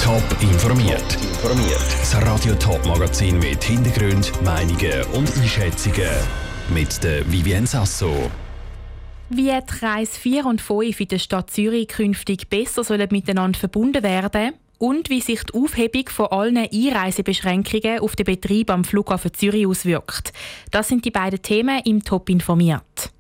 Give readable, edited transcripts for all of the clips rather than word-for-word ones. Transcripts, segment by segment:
Top informiert. Das Radio Top Magazin mit Hintergrund, Meinungen und Einschätzungen mit der Vivienne Sasso. Wie die Kreise 4 und 5 in der Stadt Zürich künftig besser miteinander verbunden werden und wie sich die Aufhebung von allen Einreisebeschränkungen auf den Betrieb am Flughafen Zürich auswirkt. Das sind die beiden Themen im Top informiert.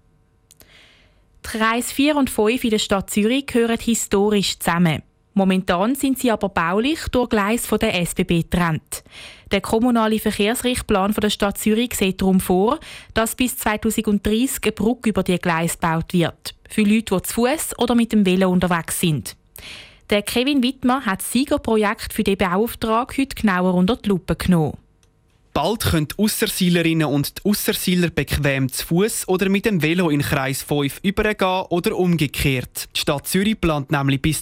Die Kreise 4 und 5 in der Stadt Zürich gehören historisch zusammen. Momentan sind sie aber baulich durch Gleise von der SBB getrennt. Der kommunale Verkehrsrichtplan der Stadt Zürich sieht darum vor, dass bis 2030 eine Brücke über die Gleise gebaut wird. Für Leute, die zu Fuss oder mit dem Velo unterwegs sind. Der Kevin Wittmer hat das Siegerprojekt für den Bauauftrag heute genauer unter die Lupe genommen. Bald können die Ausserseilerinnen und die Ausserseiler bequem zu Fuss oder mit dem Velo in Kreis 5 übergehen oder umgekehrt. Die Stadt Zürich plant nämlich bis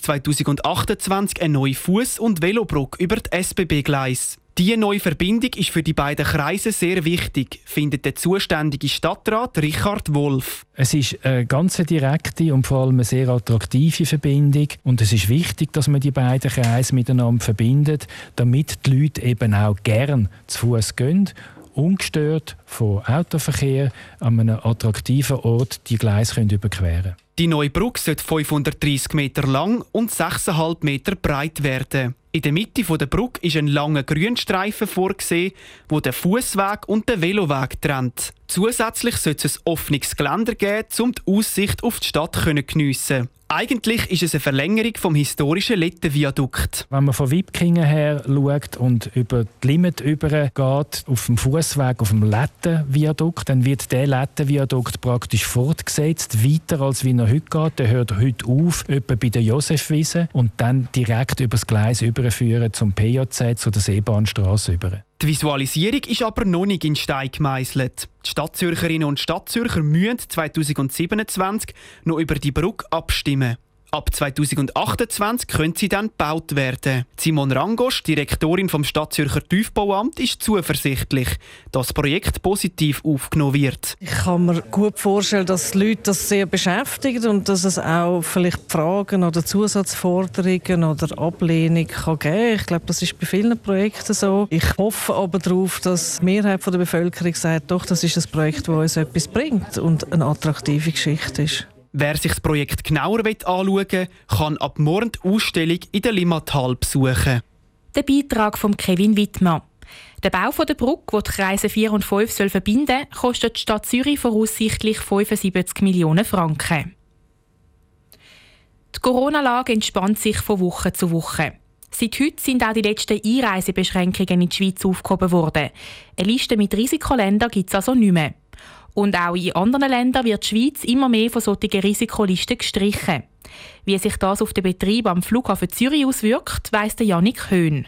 2028 eine neue Fuss- und Velobrücke über die SBB-Gleise. Diese neue Verbindung ist für die beiden Kreise sehr wichtig, findet der zuständige Stadtrat Richard Wolf. Es ist eine ganz direkte und vor allem eine sehr attraktive Verbindung. Und es ist wichtig, dass man die beiden Kreise miteinander verbindet, damit die Leute eben auch gern zu Fuss gehen, ungestört von Autoverkehr an einem attraktiven Ort die Gleise überqueren können. Die neue Brücke sollte 530 Meter lang und 6,5 Meter breit werden. In der Mitte der Brücke ist ein langer Grünstreifen vorgesehen, der den Fußweg und den Veloweg trennt. Zusätzlich sollte es ein offenes Geländer geben, um die Aussicht auf die Stadt zu geniessen. Eigentlich ist es eine Verlängerung vom historischen Lettenviadukt. Wenn man von Wipkingen her schaut und über die Limit übergeht, auf dem Fußweg, auf dem Lettenviadukt, dann wird der Lettenviadukt praktisch fortgesetzt, weiter als wie er heute geht. Der hört heute auf, etwa bei der Josefwiese, und dann direkt über das Gleis überführen zum PJZ, zu der Seebahnstrasse über. Die Visualisierung ist aber noch nicht in Stein gemeißelt. Die Stadtzürcherinnen und Stadtzürcher müssen 2027 noch über die Brücke abstimmen. Ab 2028 können sie dann gebaut werden. Simon Rangosch, Direktorin vom Stadtzürcher Tiefbauamt, ist zuversichtlich, dass das Projekt positiv aufgenommen wird. Ich kann mir gut vorstellen, dass die Leute das sehr beschäftigt und dass es auch vielleicht Fragen oder Zusatzforderungen oder Ablehnung kann geben kann. Ich glaube, das ist bei vielen Projekten so. Ich hoffe aber darauf, dass die Mehrheit der Bevölkerung sagt, doch, das ist ein Projekt, das uns etwas bringt und eine attraktive Geschichte ist. Wer sich das Projekt genauer anschauen will, kann ab morgen die Ausstellung in der Limmatal besuchen. Der Beitrag von Kevin Wittmer. Der Bau der Brücke, die die Kreise 4 und 5 verbinden soll, kostet die Stadt Zürich voraussichtlich 75 Millionen Franken. Die Corona-Lage entspannt sich von Woche zu Woche. Seit heute sind auch die letzten Einreisebeschränkungen in die Schweiz aufgehoben worden. Eine Liste mit Risikoländern gibt es also nicht mehr. Und auch in anderen Ländern wird die Schweiz immer mehr von solchen Risikolisten gestrichen. Wie sich das auf den Betrieb am Flughafen Zürich auswirkt, weiss der Jannik Höhn.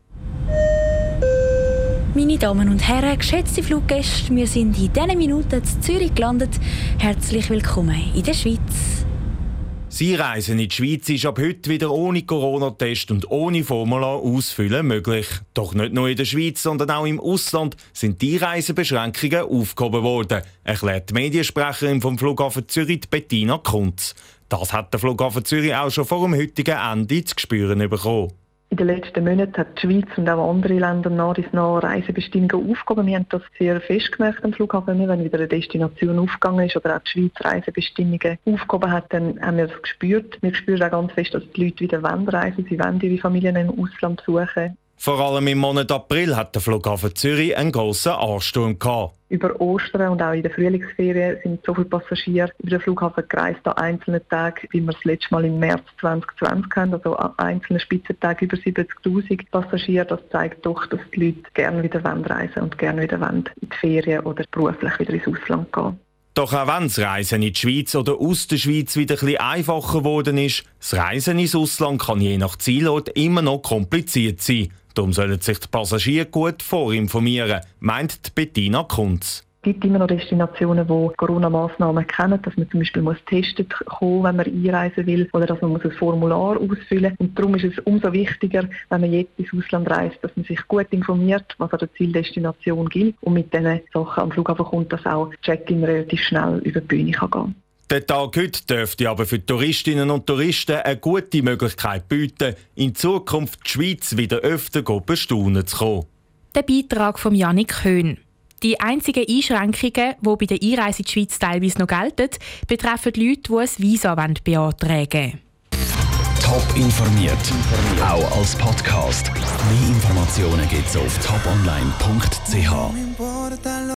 Meine Damen und Herren, geschätzte Fluggäste, wir sind in diesen Minuten in Zürich gelandet. Herzlich willkommen in der Schweiz. Das Einreisen in die Schweiz ist ab heute wieder ohne Corona-Test und ohne Formular ausfüllen möglich. Doch nicht nur in der Schweiz, sondern auch im Ausland sind die Reisebeschränkungen aufgehoben worden, erklärt die Mediensprecherin vom Flughafen Zürich, Bettina Kunz. Das hat der Flughafen Zürich auch schon vor dem heutigen Ende zu spüren bekommen. In den letzten Monaten hat die Schweiz und auch andere Länder nach und nach Reisebestimmungen aufgehoben. Wir haben das sehr fest gemerkt am Flughafen. Wenn wieder eine Destination aufgegangen ist oder auch die Schweiz Reisebestimmungen aufgehoben hat, dann haben wir das gespürt. Wir spüren auch ganz fest, dass die Leute wieder reisen. Sie wollen ihre Familien im Ausland besuchen. Vor allem im Monat April hat der Flughafen Zürich einen grossen Ansturm gehabt. Über Ostern und auch in der Frühlingsferien sind so viele Passagiere über den Flughafen gereist an einzelnen Tagen, wie wir das letzte Mal im März 2020 hatten, also an einzelnen Spitzentagen über 70'000 Passagiere. Das zeigt doch, dass die Leute gerne wieder reisen und gerne wieder in die Ferien oder beruflich wieder ins Ausland gehen. Doch auch wenn das Reisen in die Schweiz oder aus der Schweiz wieder ein bisschen einfacher geworden ist, das Reisen ins Ausland kann je nach Zielort immer noch kompliziert sein. Darum sollen sich die Passagiere gut vorinformieren, meint Bettina Kunz. Es gibt immer noch Destinationen, die Corona-Massnahmen kennen, dass man zum Beispiel testet kommen, wenn man einreisen will, oder dass man ein Formular ausfüllen muss. Und darum ist es umso wichtiger, wenn man jetzt ins Ausland reist, dass man sich gut informiert, was an der Zieldestination gilt. Und mit diesen Sachen am Flughafen kommt, dass auch Check-in relativ schnell über die Bühne gehen kann. Der Tag heute dürfte aber für Touristinnen und Touristen eine gute Möglichkeit bieten, in Zukunft die Schweiz wieder öfter bestaunen zu kommen. Der Beitrag von Jannik Höhn. Die einzigen Einschränkungen, die bei der Einreise in die Schweiz teilweise noch gelten, betreffen Leute, die ein Visa beantragen wollen. Top informiert, auch als Podcast. Mehr Informationen gibt es auf toponline.ch.